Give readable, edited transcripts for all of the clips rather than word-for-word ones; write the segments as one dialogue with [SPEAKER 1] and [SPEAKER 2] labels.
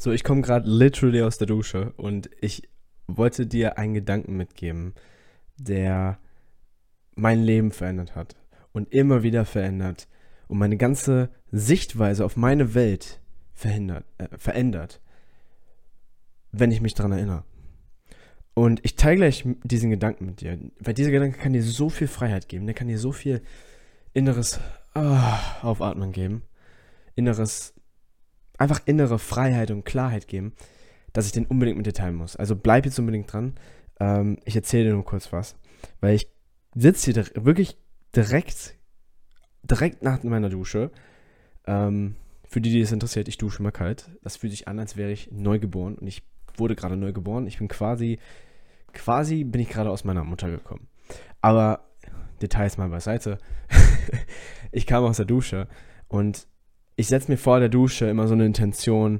[SPEAKER 1] So, ich komme gerade literally aus der Dusche und ich wollte dir einen Gedanken mitgeben, der mein Leben verändert hat und immer wieder verändert und meine ganze Sichtweise auf meine Welt verändert, wenn ich mich daran erinnere. Und ich teile gleich diesen Gedanken mit dir, weil dieser Gedanke kann dir so viel Freiheit geben, der kann dir so viel inneres Aufatmen geben, einfach innere Freiheit und Klarheit geben, dass ich den unbedingt mit dir teilen muss. Also bleib jetzt unbedingt dran. Ich erzähle dir nur kurz was, weil ich sitze hier wirklich direkt nach meiner Dusche. Für die es interessiert, ich dusche immer kalt. Das fühlt sich an, als wäre ich neugeboren und ich wurde gerade neu geboren. Ich bin quasi bin ich gerade aus meiner Mutter gekommen. Aber Details mal beiseite. Ich kam aus der Dusche und ich setze mir vor der Dusche immer so eine Intention,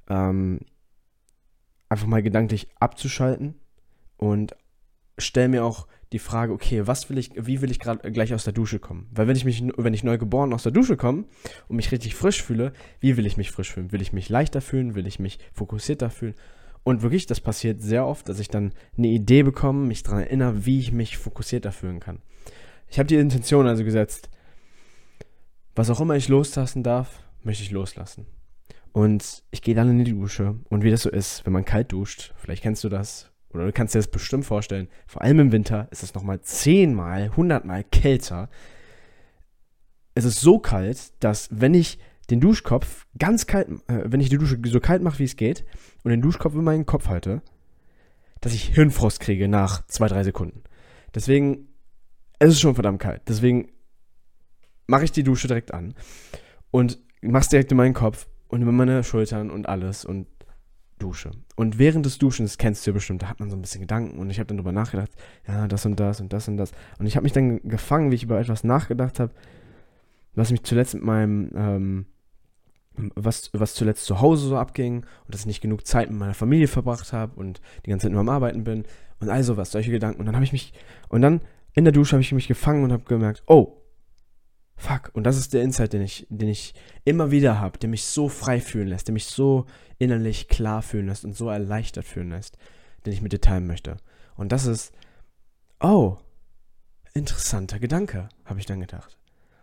[SPEAKER 1] einfach mal gedanklich abzuschalten und stelle mir auch die Frage, okay, wie will ich gerade gleich aus der Dusche kommen? Weil wenn ich neu geboren aus der Dusche komme und mich richtig frisch fühle, wie will ich mich frisch fühlen? Will ich mich leichter fühlen? Will ich mich fokussierter fühlen? Und wirklich, das passiert sehr oft, dass ich dann eine Idee bekomme, mich daran erinnere, wie ich mich fokussierter fühlen kann. Ich habe die Intention also gesetzt, was auch immer ich loslassen darf, möchte ich loslassen. Und ich gehe dann in die Dusche und wie das so ist, wenn man kalt duscht, vielleicht kennst du das, oder du kannst dir das bestimmt vorstellen, vor allem im Winter ist es nochmal 10-mal, 100-mal kälter. Es ist so kalt, dass wenn ich den Duschkopf wenn ich die Dusche so kalt mache, wie es geht, und den Duschkopf in meinen Kopf halte, dass ich Hirnfrost kriege nach 2-3 Sekunden. Deswegen, es ist schon verdammt kalt. Deswegen mache ich die Dusche direkt an und mache es direkt in meinen Kopf und über meine Schultern und alles und dusche. Und während des Duschens, kennst du ja bestimmt, da hat man so ein bisschen Gedanken und ich habe dann drüber nachgedacht, ja, das und das und das und das. Und ich habe mich dann gefangen, wie ich über etwas nachgedacht habe, was mich zuletzt mit meinem, was zuletzt zu Hause so abging und dass ich nicht genug Zeit mit meiner Familie verbracht habe und die ganze Zeit nur am Arbeiten bin und all sowas, solche Gedanken. Und dann in der Dusche habe ich mich gefangen und habe gemerkt, oh, fuck. Und das ist der Insight, den ich immer wieder habe, der mich so frei fühlen lässt, der mich so innerlich klar fühlen lässt und so erleichtert fühlen lässt, den ich mit dir teilen möchte. Und das ist, oh, interessanter Gedanke, habe ich dann gedacht.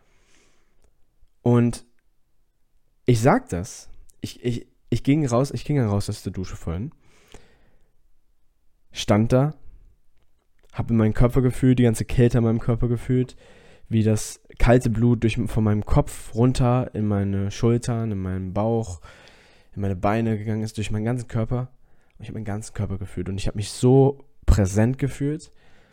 [SPEAKER 1] Und ich sag das, ich ging raus aus der Dusche vorhin, stand da, habe in meinen Körper gefühlt, die ganze Kälte in meinem Körper gefühlt, wie das kalte Blut von meinem Kopf runter in meine Schultern, in meinen Bauch, in meine Beine gegangen ist, durch meinen ganzen Körper. Und ich habe meinen ganzen Körper gefühlt und ich habe mich so präsent gefühlt.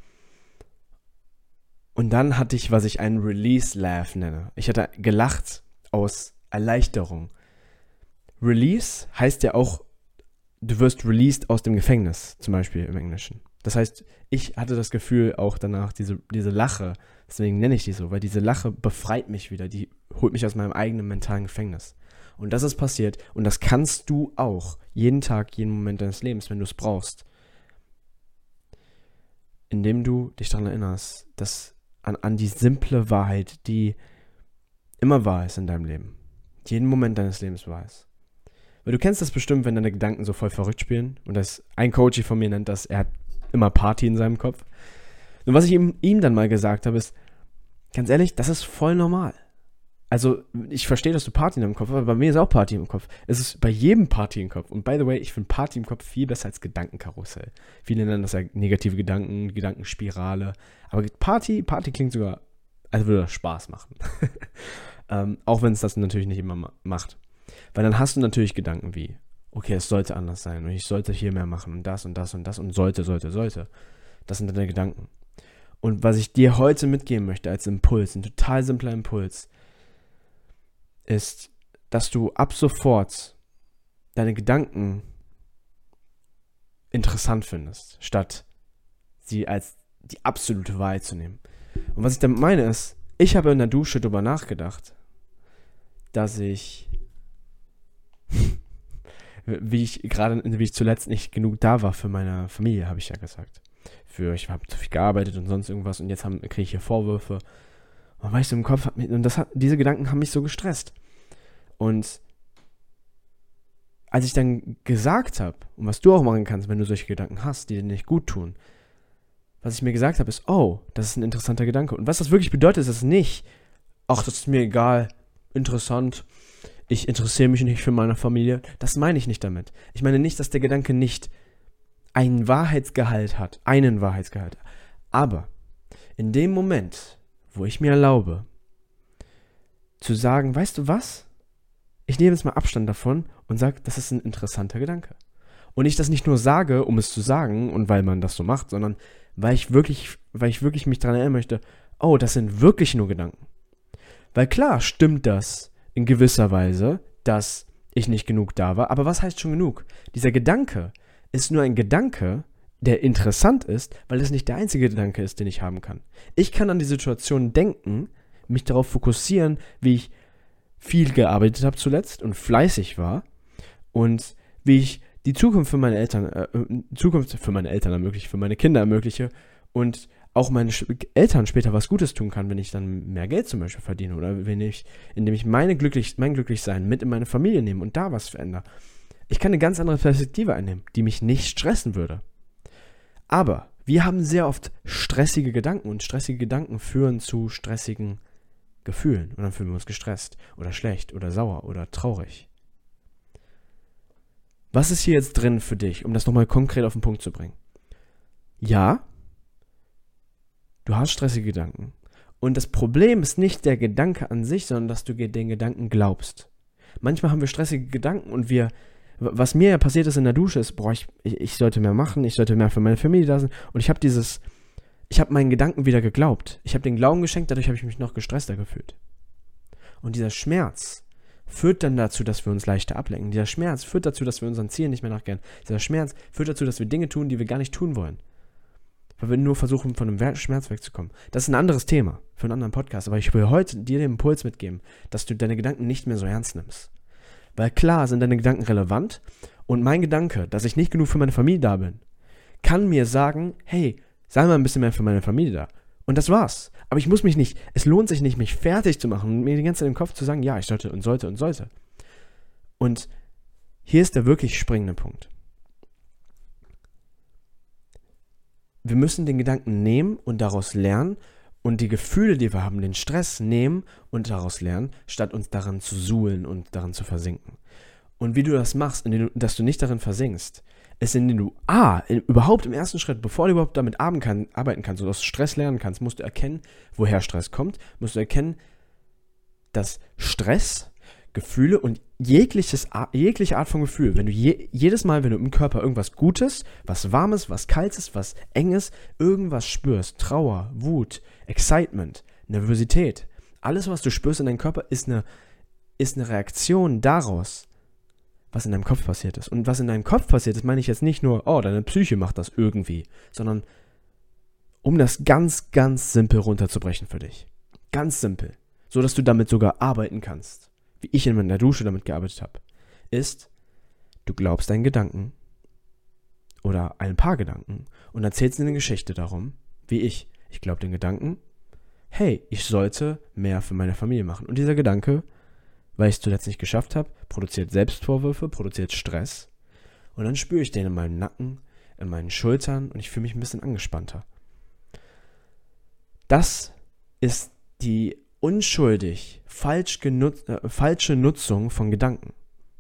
[SPEAKER 1] Und dann hatte ich, was ich einen Release-Laugh nenne. Ich hatte gelacht aus Erleichterung. Release heißt ja auch, du wirst released aus dem Gefängnis, zum Beispiel im Englischen. Das heißt, ich hatte das Gefühl auch danach, diese Lache, deswegen nenne ich die so, weil diese Lache befreit mich wieder, die holt mich aus meinem eigenen mentalen Gefängnis. Und das ist passiert und das kannst du auch jeden Tag, jeden Moment deines Lebens, wenn du es brauchst. Indem du dich daran erinnerst, dass an die simple Wahrheit, die immer wahr ist in deinem Leben. Jeden Moment deines Lebens wahr ist. Weil du kennst das bestimmt, wenn deine Gedanken so voll verrückt spielen. Und ein Coach von mir nennt das, er hat immer Party in seinem Kopf. Und was ich ihm dann mal gesagt habe, ist, ganz ehrlich, das ist voll normal. Also, ich verstehe, dass du Party in deinem Kopf hast, aber bei mir ist auch Party im Kopf. Es ist bei jedem Party im Kopf. Und by the way, ich finde Party im Kopf viel besser als Gedankenkarussell. Viele nennen das ja negative Gedanken, Gedankenspirale. Aber Party klingt sogar, als würde das Spaß machen. Auch wenn es das natürlich nicht immer macht. Weil dann hast du natürlich Gedanken wie, okay, es sollte anders sein und ich sollte hier mehr machen und das und das und das und sollte. Das sind deine Gedanken. Und was ich dir heute mitgeben möchte als Impuls, ein total simpler Impuls, ist, dass du ab sofort deine Gedanken interessant findest, statt sie als die absolute Wahrheit zu nehmen. Und was ich damit meine ist, ich habe in der Dusche darüber nachgedacht, dass ich, wie ich zuletzt nicht genug da war für meine Familie, habe ich ja gesagt. Ich habe zu viel gearbeitet und sonst irgendwas und jetzt kriege ich hier Vorwürfe. Und weißt du, im Kopf diese Gedanken haben mich so gestresst. Und als ich dann gesagt habe, und was du auch machen kannst, wenn du solche Gedanken hast, die dir nicht gut tun, was ich mir gesagt habe, ist, oh, das ist ein interessanter Gedanke. Und was das wirklich bedeutet, ist es nicht, ach, das ist mir egal, interessant, ich interessiere mich nicht für meine Familie. Das meine ich nicht damit. Ich meine nicht, dass der Gedanke nicht einen Wahrheitsgehalt hat. Aber in dem Moment, wo ich mir erlaube, zu sagen, weißt du was? Ich nehme jetzt mal Abstand davon und sage, das ist ein interessanter Gedanke. Und ich das nicht nur sage, um es zu sagen und weil man das so macht, sondern weil ich wirklich mich daran erinnern möchte, oh, das sind wirklich nur Gedanken. Weil klar stimmt das in gewisser Weise, dass ich nicht genug da war, aber was heißt schon genug? Dieser Gedanke ist nur ein Gedanke, der interessant ist, weil es nicht der einzige Gedanke ist, den ich haben kann. Ich kann an die Situation denken, mich darauf fokussieren, wie ich viel gearbeitet habe zuletzt und fleißig war und wie ich die Zukunft für meine Eltern ermögliche, für meine Kinder ermögliche und auch meine Eltern später was Gutes tun kann, wenn ich dann mehr Geld zum Beispiel verdiene oder indem ich mein Glücklichsein mit in meine Familie nehme und da was verändere. Ich kann eine ganz andere Perspektive einnehmen, die mich nicht stressen würde. Aber wir haben sehr oft stressige Gedanken und stressige Gedanken führen zu stressigen Gefühlen und dann fühlen wir uns gestresst oder schlecht oder sauer oder traurig. Was ist hier jetzt drin für dich, um das nochmal konkret auf den Punkt zu bringen? Ja, du hast stressige Gedanken. Und das Problem ist nicht der Gedanke an sich, sondern dass du den Gedanken glaubst. Manchmal haben wir stressige Gedanken und was mir ja passiert ist in der Dusche, ist, ich sollte mehr machen, ich sollte mehr für meine Familie da sein. Und ich habe meinen Gedanken wieder geglaubt. Ich habe den Glauben geschenkt, dadurch habe ich mich noch gestresster gefühlt. Und dieser Schmerz führt dann dazu, dass wir uns leichter ablenken. Dieser Schmerz führt dazu, dass wir unseren Zielen nicht mehr nachgehen. Dieser Schmerz führt dazu, dass wir Dinge tun, die wir gar nicht tun wollen. Weil wir nur versuchen, von einem Schmerz wegzukommen. Das ist ein anderes Thema für einen anderen Podcast. Aber ich will heute dir den Impuls mitgeben, dass du deine Gedanken nicht mehr so ernst nimmst. Weil klar sind deine Gedanken relevant und mein Gedanke, dass ich nicht genug für meine Familie da bin, kann mir sagen, hey, sei mal ein bisschen mehr für meine Familie da. Und das war's. Aber es lohnt sich nicht, mich fertig zu machen und mir die ganze Zeit im Kopf zu sagen, ja, ich sollte und sollte und sollte. Und hier ist der wirklich springende Punkt. Wir müssen den Gedanken nehmen und daraus lernen und die Gefühle, die wir haben, den Stress nehmen und daraus lernen, statt uns daran zu suhlen und daran zu versinken. Und wie du das machst, dass du nicht darin versinkst, ist, indem du überhaupt im ersten Schritt, bevor du überhaupt damit arbeiten kannst oder aus Stress lernen kannst, musst du erkennen, woher Stress kommt, musst du erkennen, dass Stress, Gefühle und jegliche Art von Gefühl, wenn du jedes Mal, wenn du im Körper irgendwas Gutes, was Warmes, was Kaltes, was Enges, irgendwas spürst, Trauer, Wut, Excitement, Nervosität, alles, was du spürst in deinem Körper, ist eine Reaktion daraus, was in deinem Kopf passiert ist. Und was in deinem Kopf passiert ist, meine ich jetzt nicht nur, oh, deine Psyche macht das irgendwie, sondern um das ganz, ganz simpel runterzubrechen für dich. Ganz simpel. So, dass du damit sogar arbeiten kannst, wie ich in meiner Dusche damit gearbeitet habe, ist, du glaubst deinen Gedanken oder ein paar Gedanken und erzählst dir eine Geschichte darum, wie ich. Ich glaube den Gedanken, hey, ich sollte mehr für meine Familie machen. Und dieser Gedanke, weil ich es zuletzt nicht geschafft habe, produziert Selbstvorwürfe, produziert Stress. Und dann spüre ich den in meinem Nacken, in meinen Schultern und ich fühle mich ein bisschen angespannter. Das ist die unschuldig falsche Nutzung von Gedanken.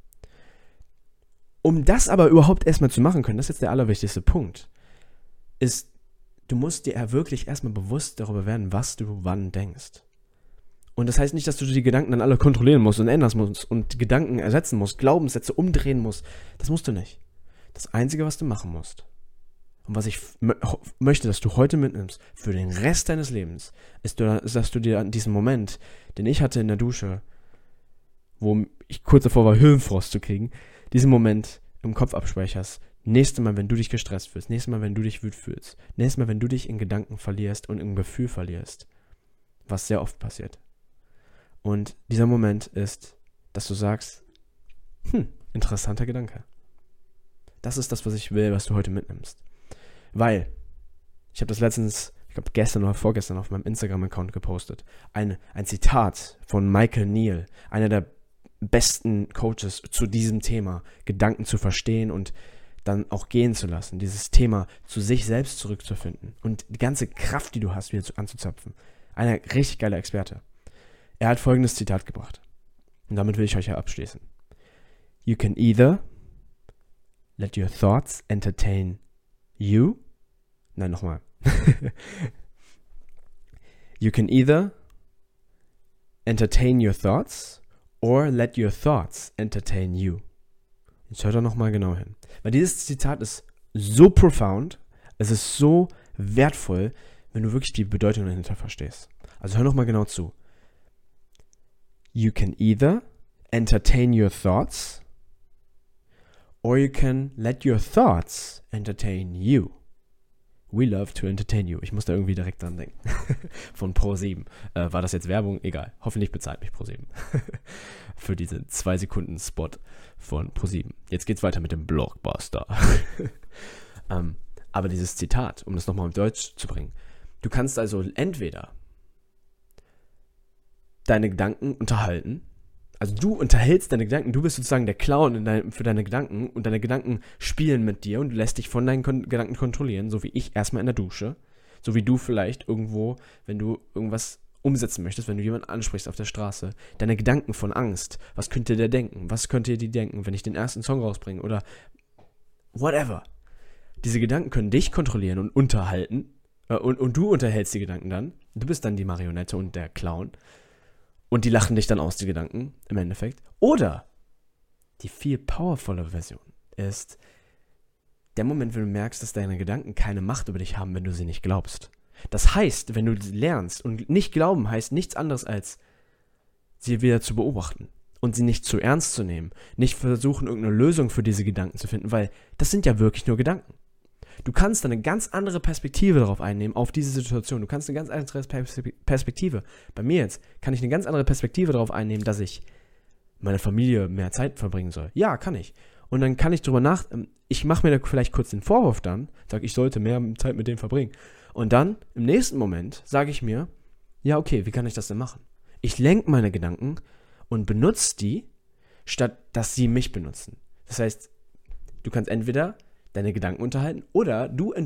[SPEAKER 1] Um das aber überhaupt erstmal zu machen können, das ist jetzt der allerwichtigste Punkt, ist, du musst dir wirklich erstmal bewusst darüber werden, was du wann denkst. Und das heißt nicht, dass du die Gedanken dann alle kontrollieren musst und ändern musst und Gedanken ersetzen musst, Glaubenssätze umdrehen musst. Das musst du nicht. Das Einzige, was du machen musst und was ich möchte, dass du heute mitnimmst für den Rest deines Lebens, ist, dass du dir an diesen Moment, den ich hatte in der Dusche, wo ich kurz davor war, Hirnfrost zu kriegen, diesen Moment im Kopf abspeicherst. Nächstes Mal, wenn du dich gestresst fühlst, nächstes Mal, wenn du dich wütend fühlst, nächstes Mal, wenn du dich in Gedanken verlierst und im Gefühl verlierst, was sehr oft passiert. Und dieser Moment ist, dass du sagst, interessanter Gedanke. Das ist das, was ich will, was du heute mitnimmst. Weil, ich habe das letztens, ich glaube gestern oder vorgestern auf meinem Instagram-Account gepostet, ein Zitat von Michael Neal, einer der besten Coaches zu diesem Thema, Gedanken zu verstehen und dann auch gehen zu lassen, dieses Thema zu sich selbst zurückzufinden und die ganze Kraft, die du hast, wieder anzuzapfen. Ein richtig geiler Experte. Er hat folgendes Zitat gebracht. Und damit will ich euch ja abschließen. You can either let your thoughts entertain you. Nein, nochmal. You can either entertain your thoughts or let your thoughts entertain you. Jetzt hört doch nochmal genau hin. Weil dieses Zitat ist so profound, es ist so wertvoll, wenn du wirklich die Bedeutung dahinter verstehst. Also hör nochmal genau zu. You can either entertain your thoughts or you can let your thoughts entertain you. We love to entertain you. Ich muss da irgendwie direkt dran denken. Von Pro7. War das jetzt Werbung? Egal. Hoffentlich bezahlt mich Pro7. Für diese 2 Sekunden Spot von Pro7. Jetzt geht's weiter mit dem Blockbuster. Aber dieses Zitat, um das nochmal auf Deutsch zu bringen. Du kannst also entweder deine Gedanken unterhalten. Also du unterhältst deine Gedanken, du bist sozusagen der Clown für deine Gedanken und deine Gedanken spielen mit dir und du lässt dich von deinen Gedanken kontrollieren, so wie ich erstmal in der Dusche, so wie du vielleicht irgendwo, wenn du irgendwas umsetzen möchtest, wenn du jemanden ansprichst auf der Straße, deine Gedanken von Angst, was könnte der denken, was könnte die denken, wenn ich den ersten Song rausbringe oder whatever. Diese Gedanken können dich kontrollieren und unterhalten und du unterhältst die Gedanken dann, du bist dann die Marionette und der Clown. Und die lachen dich dann aus, die Gedanken, im Endeffekt. Oder die viel powervollere Version ist der Moment, wenn du merkst, dass deine Gedanken keine Macht über dich haben, wenn du sie nicht glaubst. Das heißt, wenn du lernst, und nicht glauben heißt nichts anderes als sie wieder zu beobachten und sie nicht zu ernst zu nehmen, nicht versuchen, irgendeine Lösung für diese Gedanken zu finden, weil das sind ja wirklich nur Gedanken. Du kannst eine ganz andere Perspektive darauf einnehmen, auf diese Situation. Du kannst eine ganz andere Perspektive. Bei mir jetzt kann ich eine ganz andere Perspektive darauf einnehmen, dass ich meiner Familie mehr Zeit verbringen soll. Ja, kann ich. Und dann kann ich ich mache mir da vielleicht kurz den Vorwurf dann, sage, ich sollte mehr Zeit mit denen verbringen. Und dann, im nächsten Moment, sage ich mir, ja, okay, wie kann ich das denn machen? Ich lenke meine Gedanken und benutze die, statt dass sie mich benutzen. Das heißt, du kannst entweder deine Gedanken unterhalten oder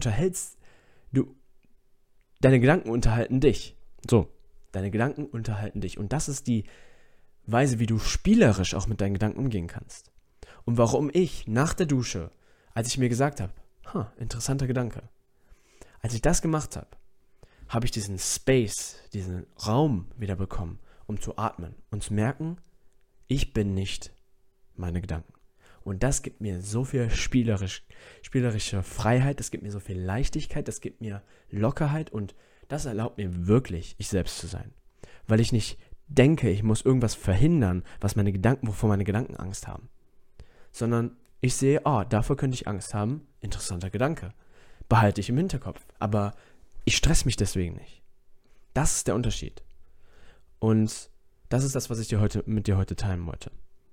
[SPEAKER 1] deine Gedanken unterhalten dich. So, deine Gedanken unterhalten dich. Und das ist die Weise, wie du spielerisch auch mit deinen Gedanken umgehen kannst. Und warum ich nach der Dusche, als ich mir gesagt habe, interessanter Gedanke, als ich das gemacht habe, habe ich diesen Space, diesen Raum wieder bekommen, um zu atmen und zu merken, ich bin nicht meine Gedanken. Und das gibt mir so viel spielerische Freiheit, das gibt mir so viel Leichtigkeit, das gibt mir Lockerheit und das erlaubt mir wirklich, ich selbst zu sein. Weil ich nicht denke, ich muss irgendwas verhindern, wovor meine Gedanken Angst haben. Sondern ich sehe, dafür könnte ich Angst haben, interessanter Gedanke. Behalte ich im Hinterkopf, aber ich stress mich deswegen nicht. Das ist der Unterschied. Und das ist das, was ich mit dir heute teilen wollte.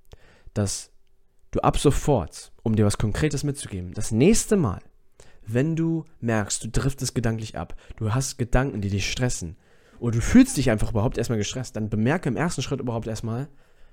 [SPEAKER 1] Dass du ab sofort, um dir was Konkretes mitzugeben, das nächste Mal, wenn du merkst, du driftest gedanklich ab, du hast Gedanken, die dich stressen, oder du fühlst dich einfach überhaupt erstmal gestresst, dann bemerke im ersten Schritt überhaupt erstmal,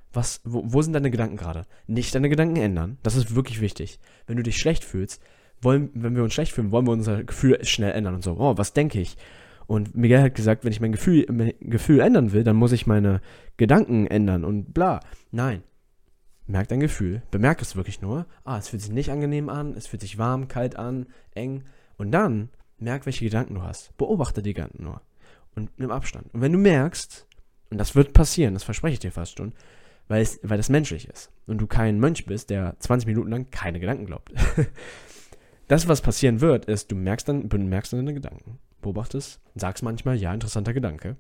[SPEAKER 1] wo sind deine Gedanken gerade? Nicht deine Gedanken ändern, das ist wirklich wichtig. Wenn du dich schlecht fühlst, wenn wir uns schlecht fühlen, wollen wir unser Gefühl schnell ändern und so, was denke ich? Und Miguel hat gesagt, wenn ich mein Gefühl ändern will, dann muss ich meine Gedanken ändern und bla. Nein. Merk dein Gefühl, bemerk es wirklich nur. Es fühlt sich nicht angenehm an, es fühlt sich warm, kalt an, eng. Und dann merk, welche Gedanken du hast. Beobachte die Gedanken nur. Und nimm Abstand. Und wenn du merkst, und das wird passieren, das verspreche ich dir fast schon, weil das menschlich ist. Und du kein Mönch bist, der 20 Minuten lang keine Gedanken glaubt. Das, was passieren wird, ist, du bemerkst dann deine Gedanken. Beobachtest, sagst manchmal, ja, interessanter Gedanke.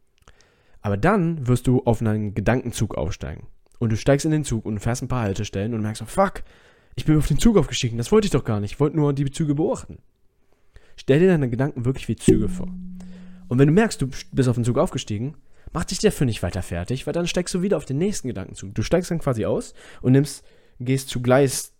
[SPEAKER 1] Aber dann wirst du auf einen Gedankenzug aufsteigen. Und du steigst in den Zug und fährst ein paar Haltestellen und merkst so, fuck, ich bin auf den Zug aufgestiegen, das wollte ich doch gar nicht, ich wollte nur die Züge beobachten. Stell dir deine Gedanken wirklich wie Züge vor. Und wenn du merkst, du bist auf den Zug aufgestiegen, mach dich dafür nicht weiter fertig, weil dann steigst du wieder auf den nächsten Gedankenzug. Du steigst dann quasi aus und gehst zu Gleis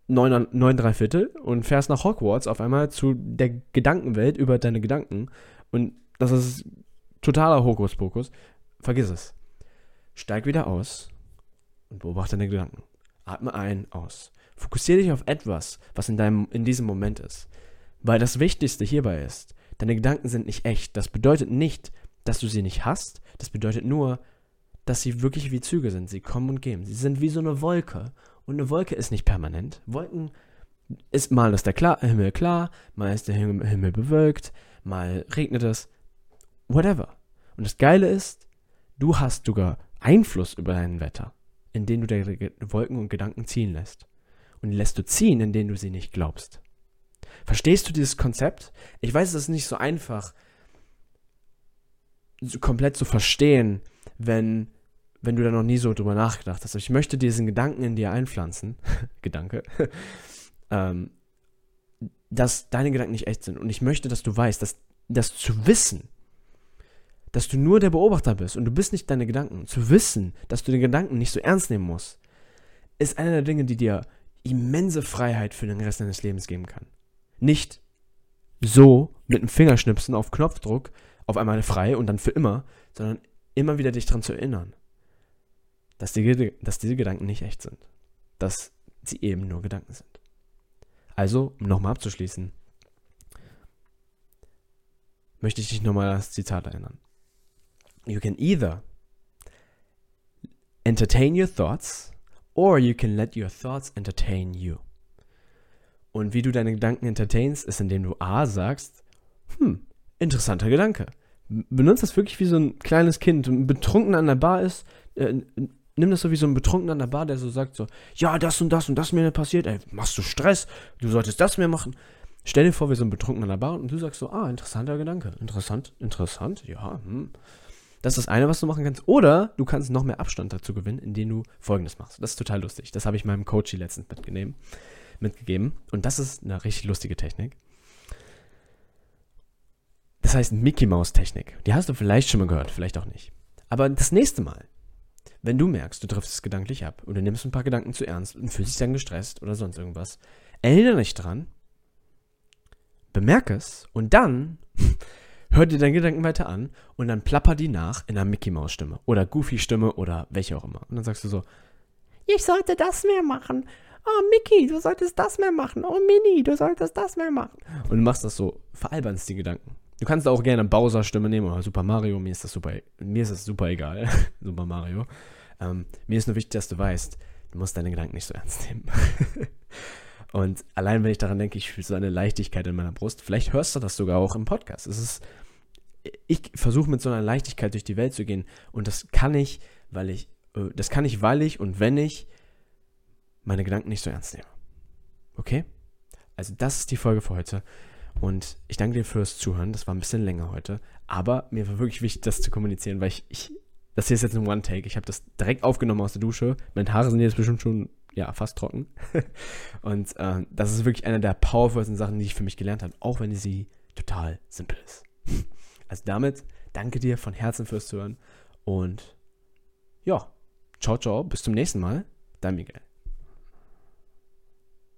[SPEAKER 1] 9,75 und fährst nach Hogwarts auf einmal zu der Gedankenwelt über deine Gedanken. Und das ist totaler Hokuspokus. Vergiss es. Steig wieder aus und beobachte deine Gedanken. Atme ein, aus. Fokussiere dich auf etwas, was in diesem Moment ist. Weil das Wichtigste hierbei ist, deine Gedanken sind nicht echt. Das bedeutet nicht, dass du sie nicht hast. Das bedeutet nur, dass sie wirklich wie Züge sind. Sie kommen und gehen. Sie sind wie so eine Wolke. Und eine Wolke ist nicht permanent. Wolken ist, mal ist der Himmel klar, mal ist der Himmel bewölkt, mal regnet es. Whatever. Und das Geile ist, du hast sogar Einfluss über dein Wetter, indem du deine Wolken und Gedanken ziehen lässt. Und die lässt du ziehen, indem du sie nicht glaubst. Verstehst du dieses Konzept? Ich weiß, es ist nicht so einfach, so komplett zu verstehen, wenn du da noch nie so drüber nachgedacht hast. Ich möchte diesen Gedanken in dir einpflanzen, Gedanke, dass deine Gedanken nicht echt sind. Und ich möchte, dass du weißt, dass das zu wissen, dass du nur der Beobachter bist und du bist nicht deine Gedanken, zu wissen, dass du den Gedanken nicht so ernst nehmen musst, ist eine der Dinge, die dir immense Freiheit für den Rest deines Lebens geben kann. Nicht so mit einem Fingerschnipsen auf Knopfdruck auf einmal frei und dann für immer, sondern immer wieder dich daran zu erinnern, dass diese Gedanken nicht echt sind. Dass sie eben nur Gedanken sind. Also, um nochmal abzuschließen, möchte ich dich nochmal an das Zitat erinnern. You can either entertain your thoughts or you can let your thoughts entertain you. Und wie du deine Gedanken entertainst, ist, indem du A sagst, interessanter Gedanke. Benutzt das wirklich wie so ein kleines Kind, ein Betrunkener an der Bar ist, nimm das so wie so ein Betrunkener an der Bar, der so sagt so, ja, das und das mir passiert, ey, machst du Stress, du solltest das mehr machen. Stell dir vor, wir sind betrunken an der Bar und du sagst so, interessanter Gedanke, interessant, ja, Das ist das eine, was du machen kannst. Oder du kannst noch mehr Abstand dazu gewinnen, indem du Folgendes machst. Das ist total lustig. Das habe ich meinem Coach letztens mitgegeben. Und das ist eine richtig lustige Technik. Das heißt Mickey-Maus-Technik. Die hast du vielleicht schon mal gehört, vielleicht auch nicht. Aber das nächste Mal, wenn du merkst, du triffst es gedanklich ab und du nimmst ein paar Gedanken zu ernst und fühlst dich dann gestresst oder sonst irgendwas, erinnere dich dran, bemerke es und dann hör dir deine Gedanken weiter an und dann plapper die nach in einer Mickey-Maus-Stimme oder Goofy-Stimme oder welche auch immer. Und dann sagst du so, ich sollte das mehr machen. Oh, Mickey, du solltest das mehr machen. Oh, Minnie, du solltest das mehr machen. Und du machst das so, veralbernst die Gedanken. Du kannst auch gerne Bowser-Stimme nehmen oder Super Mario. Mir ist das super egal. Super Mario. Mir ist nur wichtig, dass du weißt, du musst deine Gedanken nicht so ernst nehmen. Und allein, wenn ich daran denke, ich fühle so eine Leichtigkeit in meiner Brust. Vielleicht hörst du das sogar auch im Podcast. Ich versuche mit so einer Leichtigkeit durch die Welt zu gehen. Und das kann ich, weil ich meine Gedanken nicht so ernst nehme. Okay? Also das ist die Folge für heute. Und ich danke dir fürs Zuhören. Das war ein bisschen länger heute. Aber mir war wirklich wichtig, das zu kommunizieren, weil das hier ist jetzt ein One-Take. Ich habe das direkt aufgenommen aus der Dusche. Meine Haare sind jetzt bestimmt schon, fast trocken. Und das ist wirklich eine der powervollsten Sachen, die ich für mich gelernt habe. Auch wenn sie total simpel ist. Also damit, danke dir von Herzen fürs Zuhören. Und ciao, bis zum nächsten Mal. Dein Miguel.